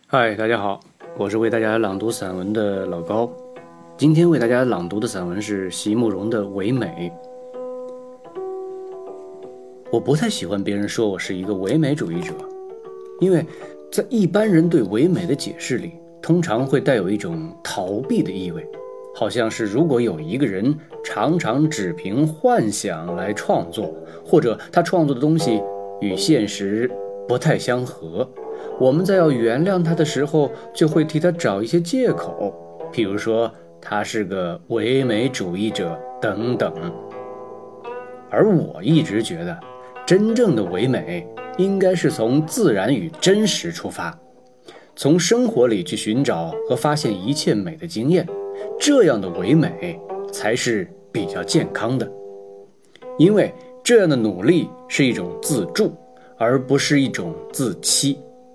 嗨，大家好，我是为大家朗读散文的老高。今天为大家朗读的散文是席慕容的《唯美》。我不太喜欢别人说我是一个唯美主义者，因为在一般人对唯美的解释里，通常会带有一种逃避的意味，好像是如果有一个人常常只凭幻想来创作，或者他创作的东西与现实不太相合，我们在要原谅他的时候，就会替他找一些借口，譬如说他是个唯美主义者等等。而我一直觉得，真正的唯美应该是从自然与真实出发，从生活里去寻找和发现一切美的经验，这样的唯美才是比较健康的。因为这样的努力是一种自助，而不是一种自欺。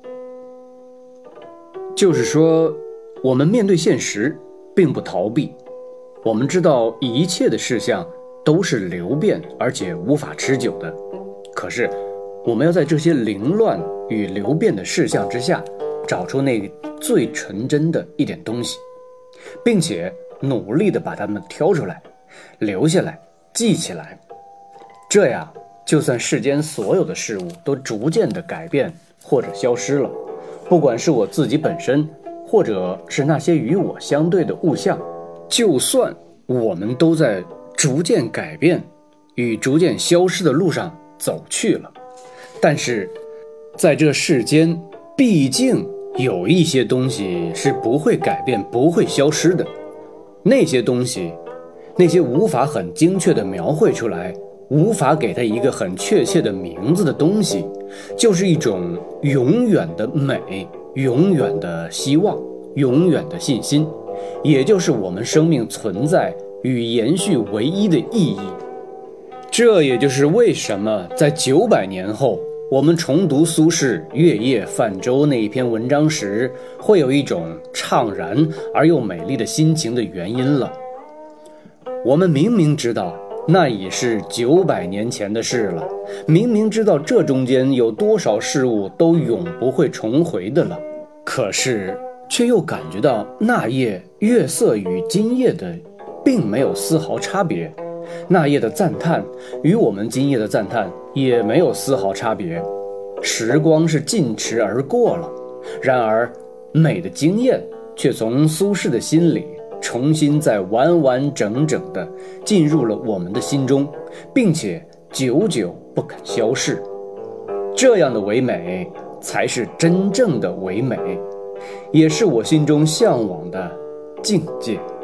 就是说，我们面对现实并不逃避，我们知道一切的事项都是流变而且无法持久的，可是我们要在这些凌乱与流变的事项之下，找出那最纯真的一点东西，并且努力地把它们挑出来，留下来，记起来。这样，就算世间所有的事物都逐渐地改变或者消失了，不管是我自己本身，或者是那些与我相对的物象，就算我们都在逐渐改变与逐渐消失的路上走去了，但是在这世间毕竟有一些东西是不会改变不会消失的，那些东西，那些无法很精确地描绘出来，无法给它一个很确切的名字的东西，就是一种永远的美，永远的希望，永远的信心，也就是我们生命存在与延续唯一的意义。这也就是为什么在900年后，我们重读苏轼《月夜泛舟》那一篇文章时，会有一种怅然而又美丽的心情的原因了。我们明明知道那已是900年前的事了，明明知道这中间有多少事物都永不会重回的了，可是却又感觉到那夜月色与今夜的并没有丝毫差别，那夜的赞叹与我们今夜的赞叹也没有丝毫差别。时光是尽驰而过了，然而美的经验却从苏轼的心里重新再完完整整地进入了我们的心中，并且久久不肯消逝。这样的唯美才是真正的唯美，也是我心中向往的境界。